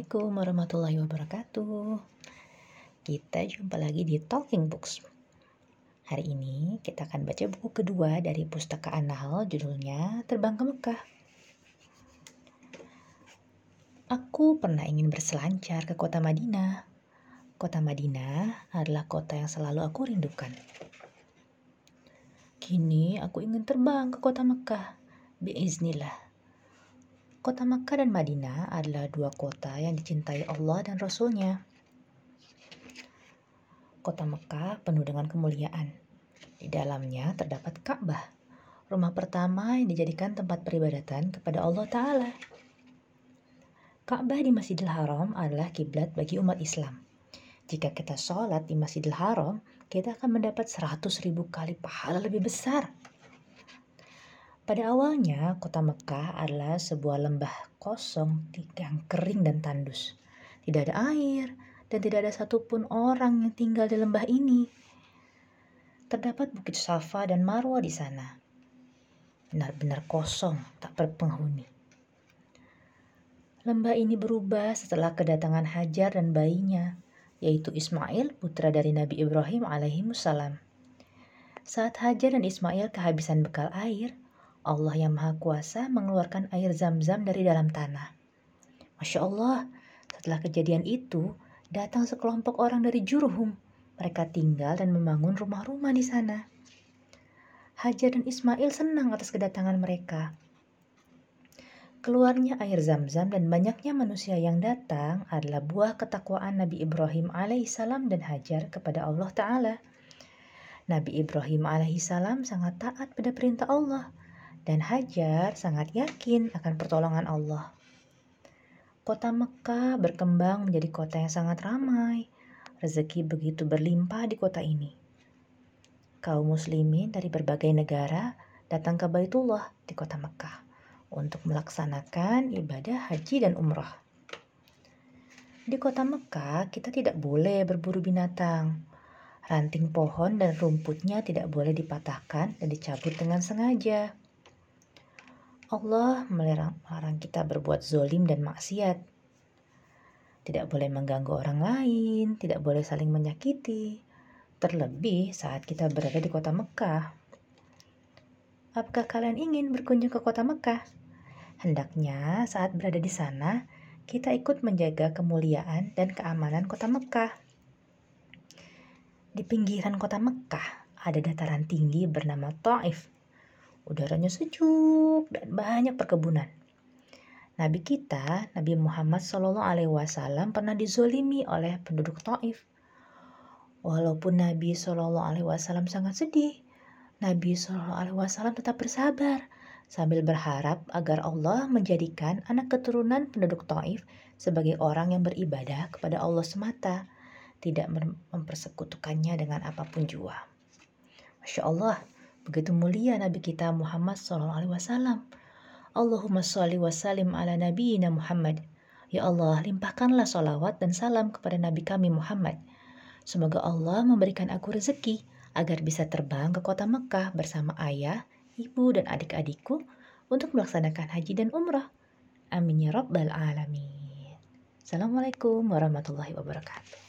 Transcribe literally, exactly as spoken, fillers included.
Assalamualaikum warahmatullahi wabarakatuh. Kita jumpa lagi di Talking Books. Hari ini kita akan baca buku kedua dari pustaka An-Nahl, judulnya Terbang ke Mekah. Aku pernah ingin berselancar ke kota Madinah. Kota Madinah adalah kota yang selalu aku rindukan. Kini aku ingin terbang ke kota Mekah. Biiznillah. Kota Mekah dan Madinah adalah dua kota yang dicintai Allah dan Rasul-Nya. Kota Mekah penuh dengan kemuliaan. Di dalamnya terdapat Ka'bah, rumah pertama yang dijadikan tempat peribadatan kepada Allah Ta'ala. Ka'bah di Masjidil Haram adalah kiblat bagi umat Islam. Jika kita sholat di Masjidil Haram, kita akan mendapat seratus ribu kali pahala lebih besar. Pada awalnya, kota Mekah adalah sebuah lembah kosong yang kering dan tandus. Tidak ada air dan tidak ada satupun orang yang tinggal di lembah ini. Terdapat bukit Safa dan Marwah di sana. Benar-benar kosong, tak berpenghuni. Lembah ini berubah setelah kedatangan Hajar dan bayinya, yaitu Ismail, putra dari Nabi Ibrahim alaihissalam. Saat Hajar dan Ismail kehabisan bekal air, Allah yang Maha Kuasa mengeluarkan air Zam-Zam dari dalam tanah. Masya Allah, setelah kejadian itu, datang sekelompok orang dari Jurhum. Mereka tinggal dan membangun rumah-rumah di sana. Hajar dan Ismail senang atas kedatangan mereka. Keluarnya air Zam-Zam dan banyaknya manusia yang datang adalah buah ketakwaan Nabi Ibrahim alaihissalam dan Hajar kepada Allah Ta'ala. Nabi Ibrahim alaihissalam sangat taat pada perintah Allah, dan Hajar sangat yakin akan pertolongan Allah. Kota Mekah berkembang menjadi kota yang sangat ramai. Rezeki begitu berlimpah di kota ini. Kaum muslimin dari berbagai negara datang ke Baitullah di kota Mekah untuk melaksanakan ibadah haji dan umrah. Di kota Mekah kita tidak boleh berburu binatang. Ranting pohon dan rumputnya tidak boleh dipatahkan dan dicabut dengan sengaja. Allah melarang, melarang kita berbuat zolim dan maksiat. Tidak boleh mengganggu orang lain, tidak boleh saling menyakiti, terlebih saat kita berada di kota Mekah. Apakah kalian ingin berkunjung ke kota Mekah? Hendaknya saat berada di sana, kita ikut menjaga kemuliaan dan keamanan kota Mekah. Di pinggiran kota Mekah ada dataran tinggi bernama Taif. Udaranya sejuk dan banyak perkebunan. Nabi kita, Nabi Muhammad shallallahu alaihi wasallam pernah dizolimi oleh penduduk Taif. Walaupun Nabi shallallahu alaihi wasallam sangat sedih, Nabi shallallahu alaihi wasallam tetap bersabar sambil berharap agar Allah menjadikan anak keturunan penduduk Taif sebagai orang yang beribadah kepada Allah semata, tidak mempersekutukannya dengan apapun jua. Masya Allah, begitu mulia Nabi kita Muhammad shallallahu alaihi wasallam. Allahumma sholli wa sallim ala nabiyina Muhammad. Ya Allah, limpahkanlah sholawat dan salam kepada Nabi kami Muhammad. Semoga Allah memberikan aku rezeki agar bisa terbang ke kota Mekah bersama ayah, ibu, dan adik-adikku untuk melaksanakan haji dan umrah. Amin ya rabbal alamin. Assalamualaikum warahmatullahi wabarakatuh.